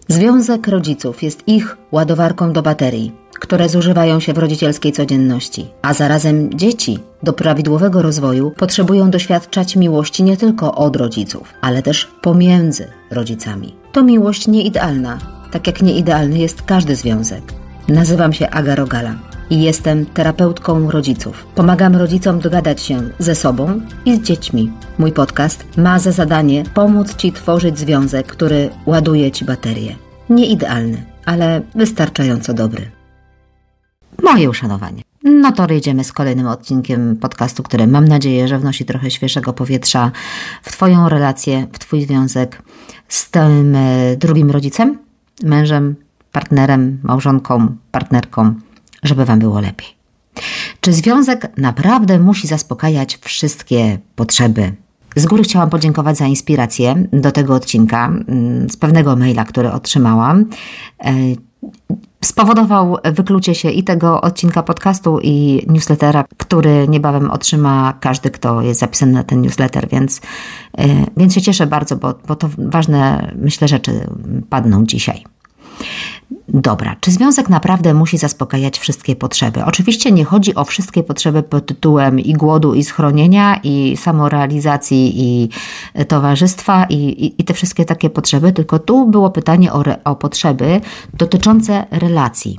Związek rodziców jest ich ładowarką do baterii, które zużywają się w rodzicielskiej codzienności, a zarazem dzieci do prawidłowego rozwoju potrzebują doświadczać miłości nie tylko od rodziców, ale też pomiędzy rodzicami. To miłość nieidealna, tak jak nieidealny jest każdy związek. Nazywam się Aga Rogala i jestem terapeutką rodziców. Pomagam rodzicom dogadać się ze sobą i z dziećmi. Mój podcast ma za zadanie pomóc Ci tworzyć związek, który ładuje Ci baterię. Nie idealny, ale wystarczająco dobry. Moje uszanowanie. No to jedziemy z kolejnym odcinkiem podcastu, który mam nadzieję, że wnosi trochę świeżego powietrza w Twoją relację, w Twój związek z tym drugim rodzicem, mężem, partnerem, małżonką, partnerką, żeby Wam było lepiej. Czy związek naprawdę musi zaspokajać wszystkie potrzeby? Z góry chciałam podziękować za inspirację do tego odcinka z pewnego maila, który otrzymałam. Spowodował wyklucie się i tego odcinka podcastu, i newslettera, który niebawem otrzyma każdy, kto jest zapisany na ten newsletter, więc się cieszę bardzo, bo to ważne, myślę, rzeczy padną dzisiaj. Dobra, czy związek naprawdę musi zaspokajać wszystkie potrzeby? Oczywiście nie chodzi o wszystkie potrzeby pod tytułem i głodu, i schronienia, i samorealizacji, i towarzystwa, i te wszystkie takie potrzeby, tylko tu było pytanie o potrzeby dotyczące relacji.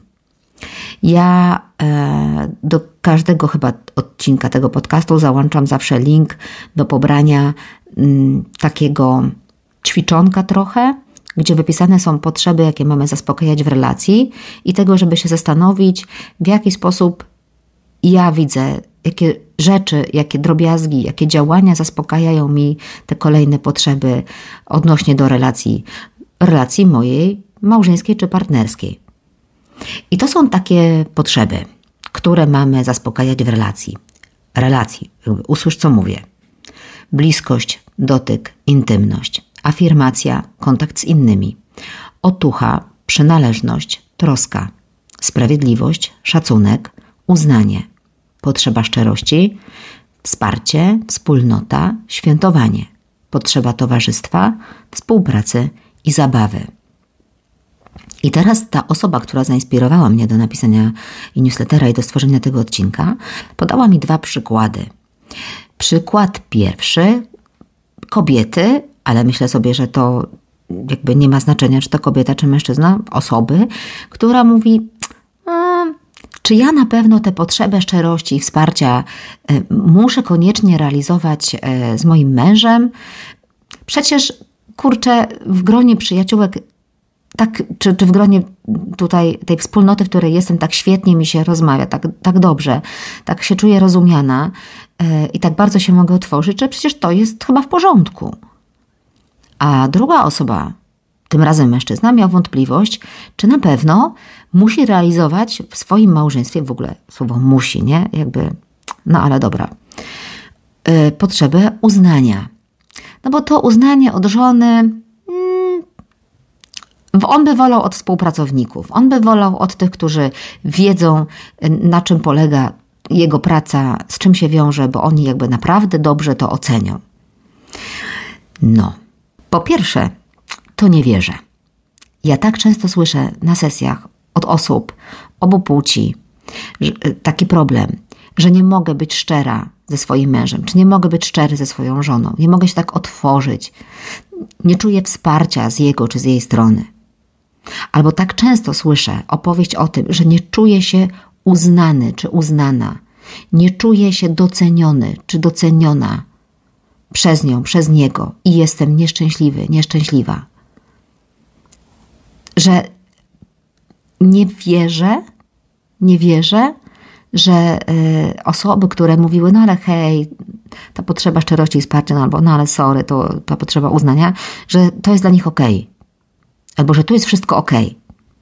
Ja do każdego chyba odcinka tego podcastu załączam zawsze link do pobrania takiego ćwiczonka trochę, gdzie wypisane są potrzeby, jakie mamy zaspokajać w relacji i tego, żeby się zastanowić, w jaki sposób ja widzę, jakie rzeczy, jakie drobiazgi, jakie działania zaspokajają mi te kolejne potrzeby odnośnie do relacji mojej małżeńskiej czy partnerskiej. I to są takie potrzeby, które mamy zaspokajać w relacji. Usłysz, co mówię. Bliskość, dotyk, intymność. Afirmacja, kontakt z innymi, otucha, przynależność, troska, sprawiedliwość, szacunek, uznanie, potrzeba szczerości, wsparcie, wspólnota, świętowanie, potrzeba towarzystwa, współpracy i zabawy. I teraz ta osoba, która zainspirowała mnie do napisania newslettera i do stworzenia tego odcinka, podała mi 2 przykłady. Przykład pierwszy, kobiety, ale myślę sobie, że to jakby nie ma znaczenia, czy to kobieta, czy mężczyzna, osoby, która mówi, czy ja na pewno tę potrzebę szczerości i wsparcia muszę koniecznie realizować z moim mężem? Przecież, kurczę, w gronie przyjaciółek, tak, czy w gronie tutaj tej wspólnoty, w której jestem, tak świetnie mi się rozmawia, tak dobrze, tak się czuję rozumiana i tak bardzo się mogę otworzyć, że przecież to jest chyba w porządku. A druga osoba, tym razem mężczyzna, miał wątpliwość, czy na pewno musi realizować w swoim małżeństwie, w ogóle słowo musi, nie? No ale dobra. Potrzebę uznania. No bo to uznanie od żony, on by wolał od współpracowników. On by wolał od tych, którzy wiedzą, na czym polega jego praca, z czym się wiąże, bo oni naprawdę dobrze to ocenią. No. Po pierwsze, to nie wierzę. Ja tak często słyszę na sesjach od osób obu płci taki problem, że nie mogę być szczera ze swoim mężem, czy nie mogę być szczery ze swoją żoną, nie mogę się tak otworzyć, nie czuję wsparcia z jego czy z jej strony. Albo tak często słyszę opowieść o tym, że nie czuję się uznany czy uznana, nie czuję się doceniony czy doceniona przez nią, przez niego i jestem nieszczęśliwy, nieszczęśliwa. Że nie wierzę, że osoby, które mówiły, no ale hej, ta potrzeba szczerości i wsparcia, albo no ale sorry, to ta potrzeba uznania, że to jest dla nich okej. Albo że tu jest wszystko okej.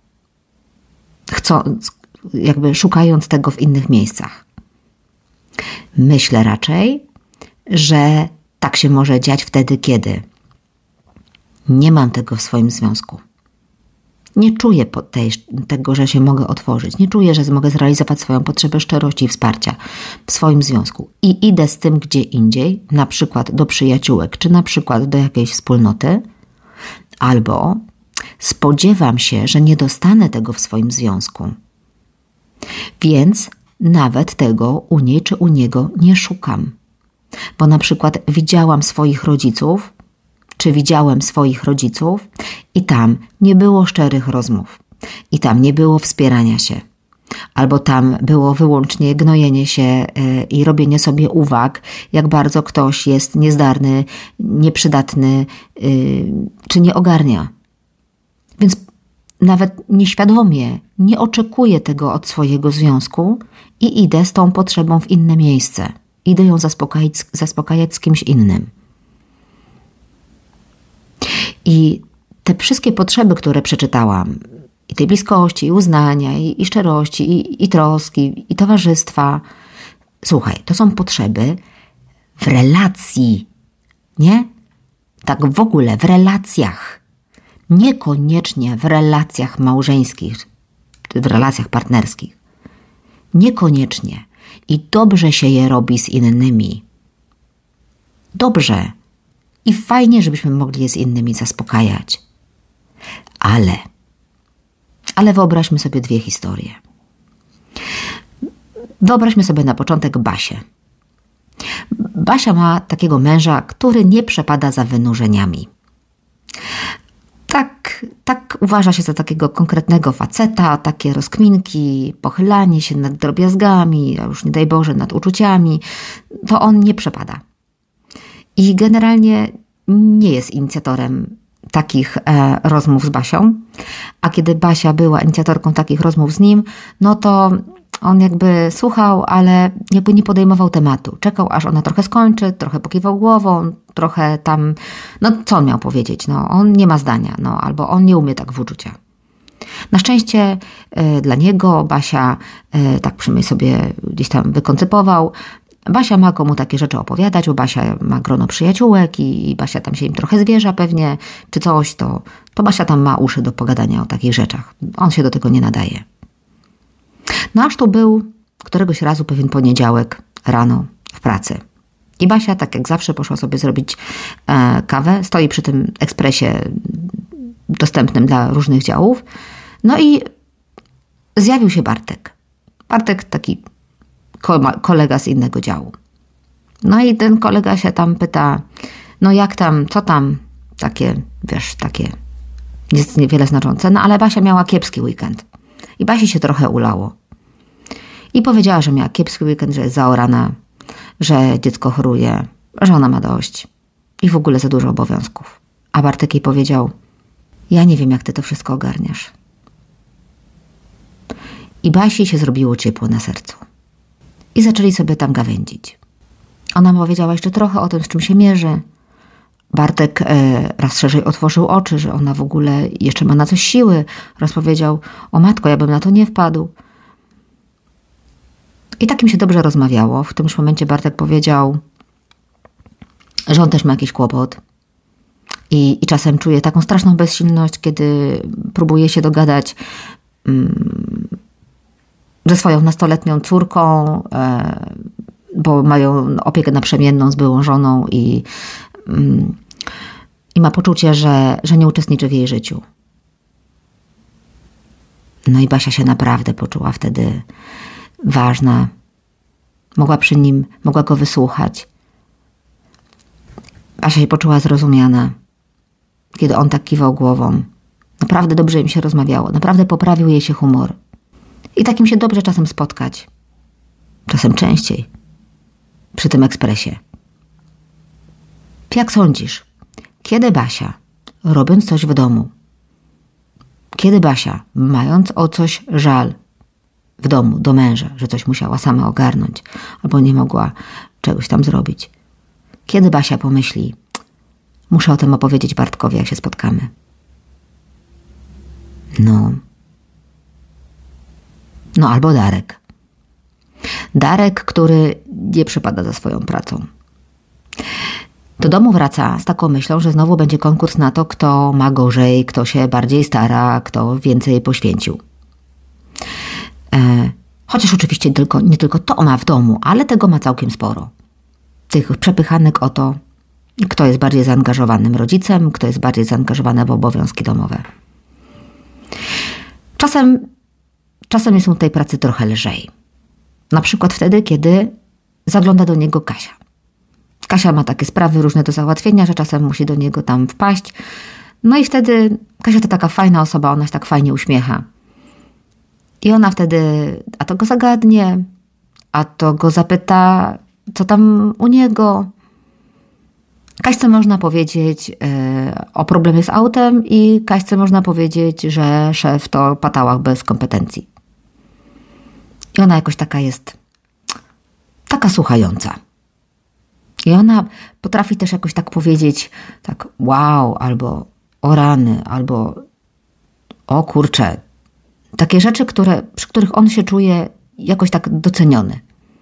Szukając tego w innych miejscach. Myślę raczej, że tak się może dziać wtedy, kiedy nie mam tego w swoim związku. Nie czuję tego, że się mogę otworzyć. Nie czuję, że mogę zrealizować swoją potrzebę szczerości i wsparcia w swoim związku. I idę z tym gdzie indziej, na przykład do przyjaciółek, czy na przykład do jakiejś wspólnoty, albo Spodziewam się, że nie dostanę tego w swoim związku. Więc nawet tego u niej czy u niego nie szukam. Bo na przykład widziałam swoich rodziców, czy widziałem swoich rodziców i tam nie było szczerych rozmów. I tam nie było wspierania się. Albo tam było wyłącznie gnojenie się i robienie sobie uwag, jak bardzo ktoś jest niezdarny, nieprzydatny czy nie ogarnia. Więc nawet nieświadomie nie oczekuję tego od swojego związku i idę z tą potrzebą w inne miejsce. Idę ją zaspokajać z kimś innym. I te wszystkie potrzeby, które przeczytałam, i tej bliskości, i uznania, i szczerości, i troski, i towarzystwa. Słuchaj, to są potrzeby w relacji, nie? Tak w ogóle w relacjach. Niekoniecznie w relacjach małżeńskich, w relacjach partnerskich. Niekoniecznie. I dobrze się je robi z innymi. Dobrze. I fajnie, żebyśmy mogli je z innymi zaspokajać. Ale wyobraźmy sobie dwie historie. Wyobraźmy sobie na początek Basię. Basia ma takiego męża, który nie przepada za wynurzeniami. Tak uważa się za takiego konkretnego faceta, takie rozkminki, pochylanie się nad drobiazgami, a już nie daj Boże, nad uczuciami, to on nie przepada. I generalnie nie jest inicjatorem takich rozmów z Basią, a kiedy Basia była inicjatorką takich rozmów z nim, no to on jakby słuchał, ale jakby nie podejmował tematu. Czekał, aż ona trochę skończy, trochę pokiwał głową, trochę tam, no co on miał powiedzieć? No on nie ma zdania, no albo on nie umie tak w uczucia. Na szczęście dla niego Basia tak przynajmniej sobie gdzieś tam wykoncypował. Basia ma komu takie rzeczy opowiadać, bo Basia ma grono przyjaciółek i Basia tam się im trochę zwierza pewnie, czy coś, to Basia tam ma uszy do pogadania o takich rzeczach. On się do tego nie nadaje. No aż tu był któregoś razu pewien poniedziałek rano w pracy. I Basia, tak jak zawsze, poszła sobie zrobić kawę. Stoi przy tym ekspresie dostępnym dla różnych działów. No i zjawił się Bartek. Bartek taki kolega z innego działu. No i ten kolega się tam pyta, no jak tam, co tam, takie, wiesz, takie nic niewiele znaczące. No ale Basia miała kiepski weekend. I Basi się trochę ulało. I powiedziała, że miała kiepski weekend, że jest zaorana, że dziecko choruje, że ona ma dość i w ogóle za dużo obowiązków. A Bartek jej powiedział, ja nie wiem, jak ty to wszystko ogarniasz. I Basi się zrobiło ciepło na sercu. I zaczęli sobie tam gawędzić. Ona powiedziała jeszcze trochę o tym, z czym się mierzy. Bartek raz szerzej otworzył oczy, że ona w ogóle jeszcze ma na coś siły. Raz powiedział, o matko, ja bym na to nie wpadł. I tak im się dobrze rozmawiało. W którymś momencie Bartek powiedział, że on też ma jakiś kłopot. I czasem czuje taką straszną bezsilność, kiedy próbuje się dogadać ze swoją nastoletnią córką, bo mają opiekę naprzemienną z byłą żoną i ma poczucie, że nie uczestniczy w jej życiu. No i Basia się naprawdę poczuła wtedy ważna. Mogła go wysłuchać. Basia się poczuła zrozumiana, kiedy on tak kiwał głową. Naprawdę dobrze im się rozmawiało. Naprawdę poprawił jej się humor. I takim się dobrze czasem spotkać. Czasem częściej. Przy tym ekspresie. Jak sądzisz, kiedy Basia, robiąc coś w domu, kiedy Basia, mając o coś żal w domu do męża, że coś musiała sama ogarnąć, albo nie mogła czegoś tam zrobić, kiedy Basia pomyśli, muszę o tym opowiedzieć Bartkowi, jak się spotkamy. No albo Darek. Darek, który nie przepada za swoją pracą. Do domu wraca z taką myślą, że znowu będzie konkurs na to, kto ma gorzej, kto się bardziej stara, kto więcej poświęcił. Chociaż oczywiście nie tylko to ma w domu, ale tego ma całkiem sporo. Tych przepychanek o to, kto jest bardziej zaangażowanym rodzicem, kto jest bardziej zaangażowany w obowiązki domowe. Czasem jest mu tej pracy trochę lżej. Na przykład wtedy, kiedy zagląda do niego Kasia. Kasia ma takie sprawy różne do załatwienia, że czasem musi do niego tam wpaść. No i wtedy Kasia to taka fajna osoba, ona się tak fajnie uśmiecha. I ona wtedy a to go zagadnie, a to go zapyta, co tam u niego. Kaśce można powiedzieć o problemie z autem i Kaśce można powiedzieć, że szef to patałach bez kompetencji. I ona jakoś taka jest, taka słuchająca. I ona potrafi też jakoś tak powiedzieć, tak wow, albo o rany, albo o kurczę. Takie rzeczy, przy których on się czuje jakoś tak doceniony.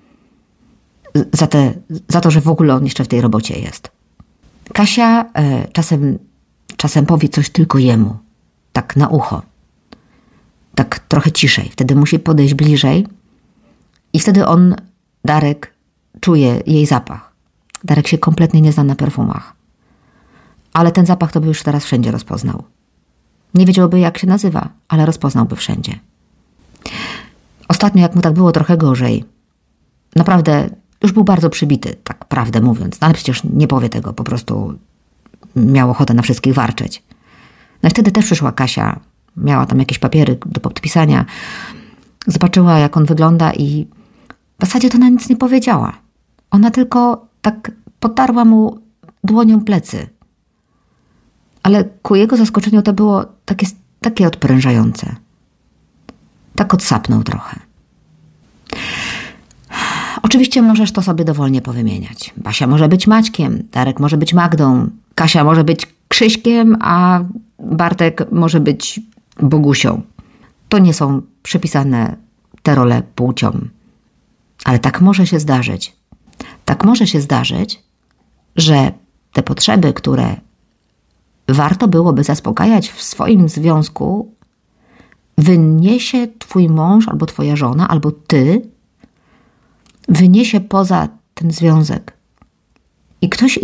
Za to, że w ogóle on jeszcze w tej robocie jest. Kasia czasem powie coś tylko jemu, tak na ucho, tak trochę ciszej. Wtedy musi podejść bliżej i wtedy Darek, czuje jej zapach. Darek się kompletnie nie zna na perfumach, ale ten zapach to by już teraz wszędzie rozpoznał. Nie wiedziałby, jak się nazywa, ale rozpoznałby wszędzie. Ostatnio, jak mu tak było trochę gorzej, naprawdę już był bardzo przybity, tak prawdę mówiąc. No ale przecież nie powie tego, po prostu miał ochotę na wszystkich warczeć. No i wtedy też przyszła Kasia, miała tam jakieś papiery do podpisania, zobaczyła, jak on wygląda i w zasadzie to ona nic nie powiedziała. Ona tylko tak potarła mu dłonią plecy. Ale ku jego zaskoczeniu to było takie odprężające. Tak odsapnął trochę. Oczywiście możesz to sobie dowolnie powymieniać. Basia może być Maćkiem, Darek może być Magdą, Kasia może być Krzyśkiem, a Bartek może być Bogusią. To nie są przypisane te role płciom. Ale tak może się zdarzyć. Tak może się zdarzyć, że te potrzeby, które warto byłoby zaspokajać w swoim związku, wyniesie twój mąż albo twoja żona, albo ty, wyniesie poza ten związek. I ktoś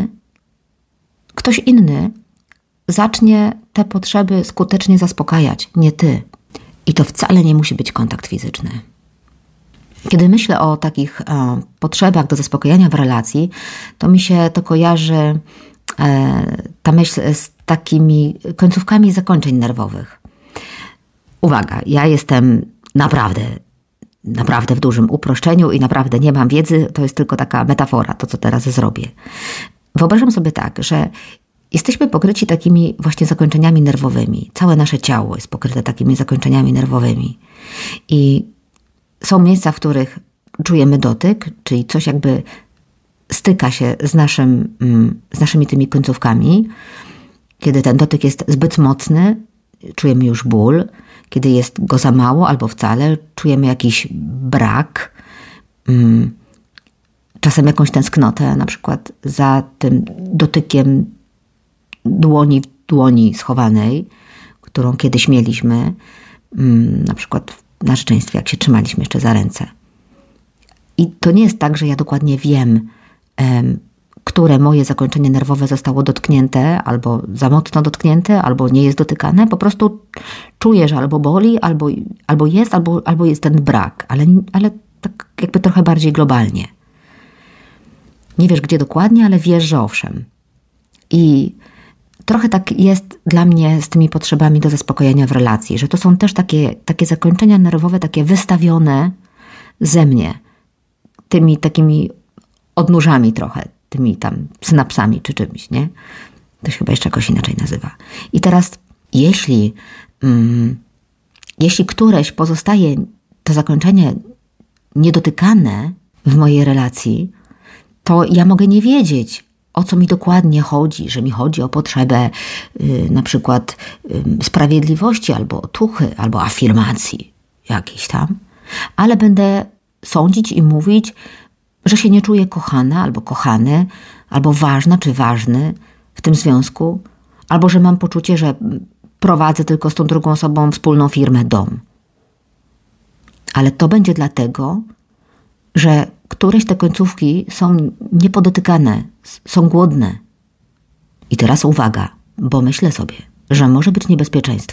inny zacznie te potrzeby skutecznie zaspokajać, nie ty. I to wcale nie musi być kontakt fizyczny. Kiedy myślę o takich potrzebach do zaspokojenia w relacji, to mi się to kojarzy ta myśl z takimi końcówkami zakończeń nerwowych. Uwaga, ja jestem naprawdę w dużym uproszczeniu i naprawdę nie mam wiedzy, to jest tylko taka metafora, to co teraz zrobię. Wyobrażam sobie tak, że jesteśmy pokryci takimi właśnie zakończeniami nerwowymi. Całe nasze ciało jest pokryte takimi zakończeniami nerwowymi. I są miejsca, w których czujemy dotyk, czyli coś jakby styka się z naszymi tymi końcówkami. Kiedy ten dotyk jest zbyt mocny, czujemy już ból. Kiedy jest go za mało albo wcale, czujemy jakiś brak. Czasem jakąś tęsknotę, na przykład za tym dotykiem dłoni w dłoni schowanej, którą kiedyś mieliśmy, na przykład w narzeczeństwie, jak się trzymaliśmy jeszcze za ręce. I to nie jest tak, że ja dokładnie wiem, które moje zakończenie nerwowe zostało dotknięte, albo za mocno dotknięte, albo nie jest dotykane. Po prostu czuję, że albo boli, albo jest ten brak, ale tak jakby trochę bardziej globalnie. Nie wiesz gdzie dokładnie, ale wiesz, że owszem. I trochę tak jest dla mnie z tymi potrzebami do zaspokojenia w relacji, że to są też takie zakończenia nerwowe, takie wystawione ze mnie, tymi takimi odnóżami trochę, tymi tam synapsami czy czymś, nie? To się chyba jeszcze jakoś inaczej nazywa. I teraz, jeśli któreś pozostaje to zakończenie niedotykane w mojej relacji, to ja mogę nie wiedzieć, o co mi dokładnie chodzi, że mi chodzi o potrzebę na przykład sprawiedliwości, albo otuchy, albo afirmacji jakiejś tam, ale będę sądzić i mówić, że się nie czuję kochana, albo kochany, albo ważna czy ważny w tym związku, albo że mam poczucie, że prowadzę tylko z tą drugą osobą wspólną firmę, dom. Ale to będzie dlatego, że któreś te końcówki są niepodotykane, są głodne. I teraz uwaga, bo myślę sobie, że może być niebezpieczeństwo.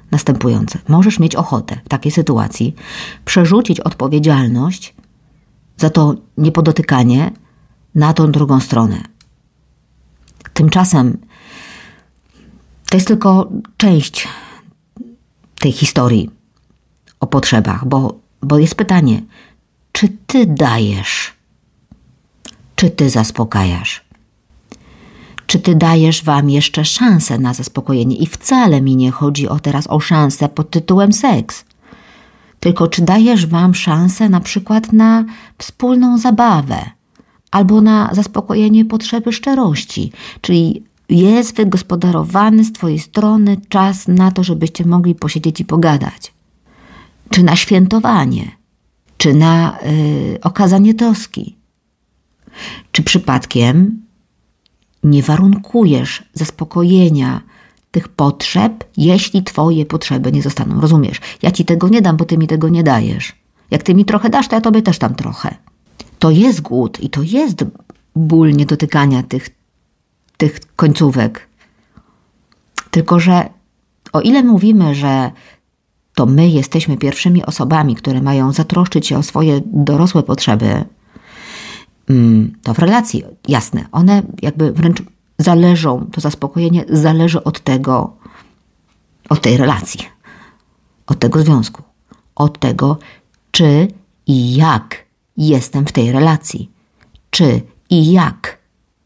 następujące. Możesz mieć ochotę w takiej sytuacji przerzucić odpowiedzialność za to niepodotykanie na tą drugą stronę. Tymczasem to jest tylko część tej historii o potrzebach, bo jest pytanie, czy ty dajesz, czy ty zaspokajasz? Czy ty dajesz wam jeszcze szansę na zaspokojenie? I wcale mi nie chodzi teraz o szansę pod tytułem seks. Tylko czy dajesz wam szansę na przykład na wspólną zabawę albo na zaspokojenie potrzeby szczerości. Czyli jest wygospodarowany z twojej strony czas na to, żebyście mogli posiedzieć i pogadać. Czy na świętowanie, czy na okazanie troski. Czy przypadkiem nie warunkujesz zaspokojenia tych potrzeb, jeśli twoje potrzeby nie zostaną. Rozumiesz? Ja ci tego nie dam, bo ty mi tego nie dajesz. Jak ty mi trochę dasz, to ja tobie też dam trochę. To jest głód i to jest ból niedotykania tych końcówek. Tylko że o ile mówimy, że to my jesteśmy pierwszymi osobami, które mają zatroszczyć się o swoje dorosłe potrzeby, to w relacji, jasne, one jakby wręcz zależą, to zaspokojenie zależy od tego, od tej relacji, od tego związku, od tego, czy i jak jestem w tej relacji, czy i jak,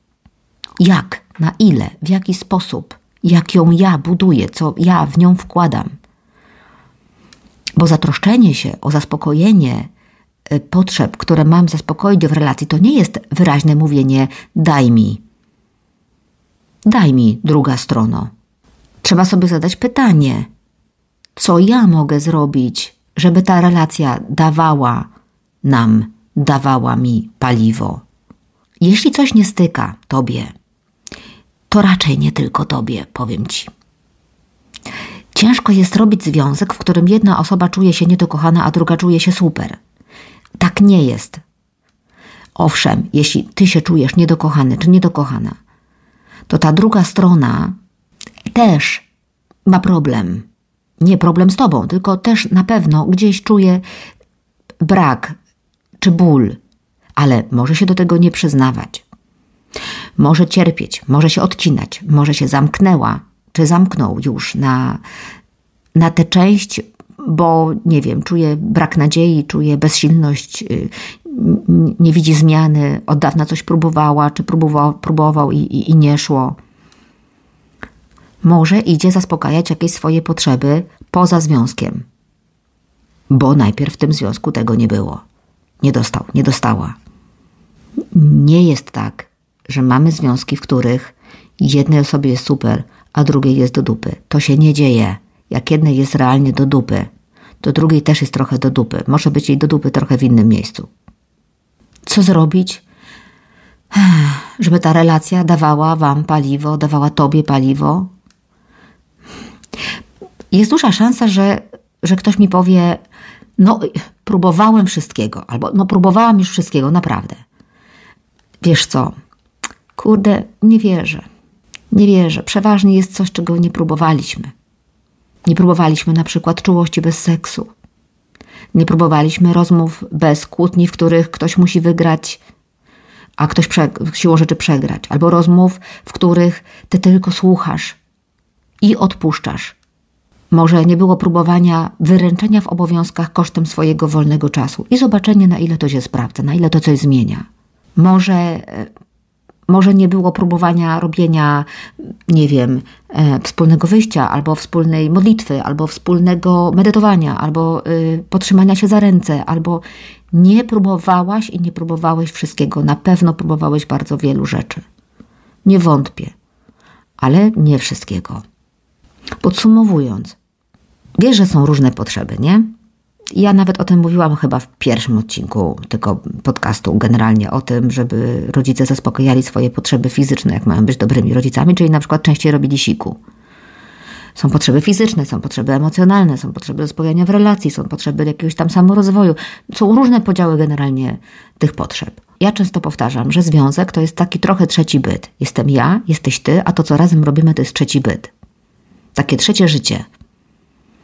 na ile, w jaki sposób, jak ją ja buduję, co ja w nią wkładam. Bo zatroszczenie się o zaspokojenie potrzeb, które mam zaspokoić w relacji, to nie jest wyraźne mówienie daj mi, druga strono. Trzeba sobie zadać pytanie, co ja mogę zrobić, żeby ta relacja dawała mi paliwo. Jeśli coś nie styka tobie, to raczej nie tylko tobie, powiem ci. Ciężko jest robić związek, w którym jedna osoba czuje się niedokochana, a druga czuje się super. Tak nie jest. Owszem, jeśli ty się czujesz niedokochany czy niedokochana, to ta druga strona też ma problem. Nie problem z tobą, tylko też na pewno gdzieś czuje brak czy ból, ale może się do tego nie przyznawać. Może cierpieć, może się odcinać, może się zamknęła czy zamknął już na tę część, bo nie wiem, czuje brak nadziei, czuje bezsilność, nie widzi zmiany, od dawna coś próbowała, czy próbował i nie szło. Może idzie zaspokajać jakieś swoje potrzeby poza związkiem, bo najpierw w tym związku tego nie było. Nie dostała. Nie jest tak, że mamy związki, w których jednej osobie jest super, a drugiej jest do dupy. To się nie dzieje. Jak jednej jest realnie do dupy, to drugiej też jest trochę do dupy. Może być jej do dupy trochę w innym miejscu. Co zrobić, żeby ta relacja dawała wam paliwo, dawała tobie paliwo? Jest duża szansa, że ktoś mi powie, no próbowałem wszystkiego, albo no próbowałam już wszystkiego, naprawdę. Wiesz co, kurde, nie wierzę. Przeważnie jest coś, czego nie próbowaliśmy. Nie próbowaliśmy na przykład czułości bez seksu. Nie próbowaliśmy rozmów bez kłótni, w których ktoś musi wygrać, a ktoś siłą rzeczy przegrać. Albo rozmów, w których ty tylko słuchasz i odpuszczasz. Może nie było próbowania wyręczenia w obowiązkach kosztem swojego wolnego czasu i zobaczenie, na ile to się sprawdza, na ile to coś zmienia. Może nie było próbowania robienia, nie wiem, wspólnego wyjścia, albo wspólnej modlitwy, albo wspólnego medytowania, albo potrzymania się za ręce, albo nie próbowałaś i nie próbowałeś wszystkiego. Na pewno próbowałeś bardzo wielu rzeczy. Nie wątpię, ale nie wszystkiego. Podsumowując, wiesz, że są różne potrzeby, nie? Ja nawet o tym mówiłam chyba w pierwszym odcinku tego podcastu, generalnie o tym, żeby rodzice zaspokajali swoje potrzeby fizyczne, jak mają być dobrymi rodzicami, czyli na przykład częściej robili siku. Są potrzeby fizyczne, są potrzeby emocjonalne, są potrzeby zaspokojenia w relacji, są potrzeby jakiegoś tam samorozwoju. Są różne podziały generalnie tych potrzeb. Ja często powtarzam, że związek to jest taki trochę trzeci byt. Jestem ja, jesteś ty, a to, co razem robimy, to jest trzeci byt. Takie trzecie życie.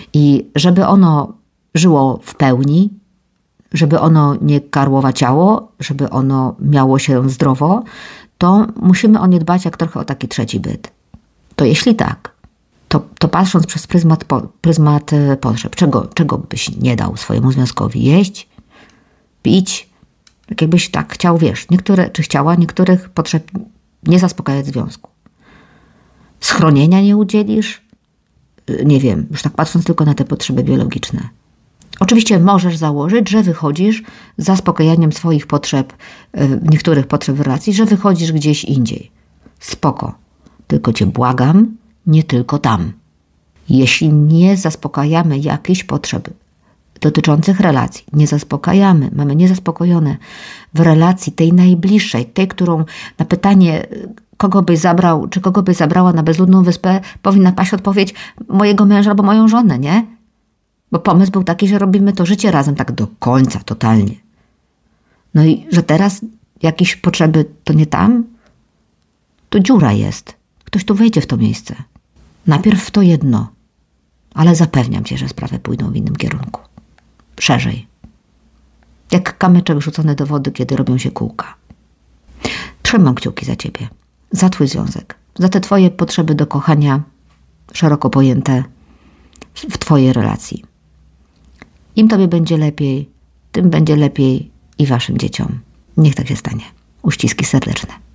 I żeby ono żyło w pełni, żeby ono nie karłowaciało, żeby ono miało się zdrowo, to musimy o nie dbać jak trochę o taki trzeci byt. To jeśli tak, to patrząc przez pryzmat potrzeb, czego byś nie dał swojemu związkowi? Jeść, pić, tak jakbyś tak chciał, niektórych potrzeb nie zaspokajać w związku. Schronienia nie udzielisz? Nie wiem, już tak patrząc tylko na te potrzeby biologiczne. Oczywiście możesz założyć, że wychodzisz z zaspokajaniem swoich potrzeb, niektórych potrzeb w relacji, że wychodzisz gdzieś indziej. Spoko. Tylko cię błagam, nie tylko tam. Jeśli nie zaspokajamy jakichś potrzeb dotyczących relacji, mamy niezaspokojone w relacji tej najbliższej, tej, którą na pytanie, kogo byś zabrał, czy kogo byś zabrała na bezludną wyspę, powinna paść odpowiedź mojego męża albo moją żonę, nie? Bo pomysł był taki, że robimy to życie razem tak do końca, totalnie. No i że teraz jakieś potrzeby to nie tam? To dziura jest. Ktoś tu wejdzie w to miejsce. Najpierw w to jedno. Ale zapewniam cię, że sprawy pójdą w innym kierunku. Szerzej. Jak kamyczek rzucony do wody, kiedy robią się kółka. Trzymam kciuki za ciebie. Za twój związek. Za te twoje potrzeby do kochania szeroko pojęte w twojej relacji. Im tobie będzie lepiej, tym będzie lepiej i waszym dzieciom. Niech tak się stanie. Uściski serdeczne.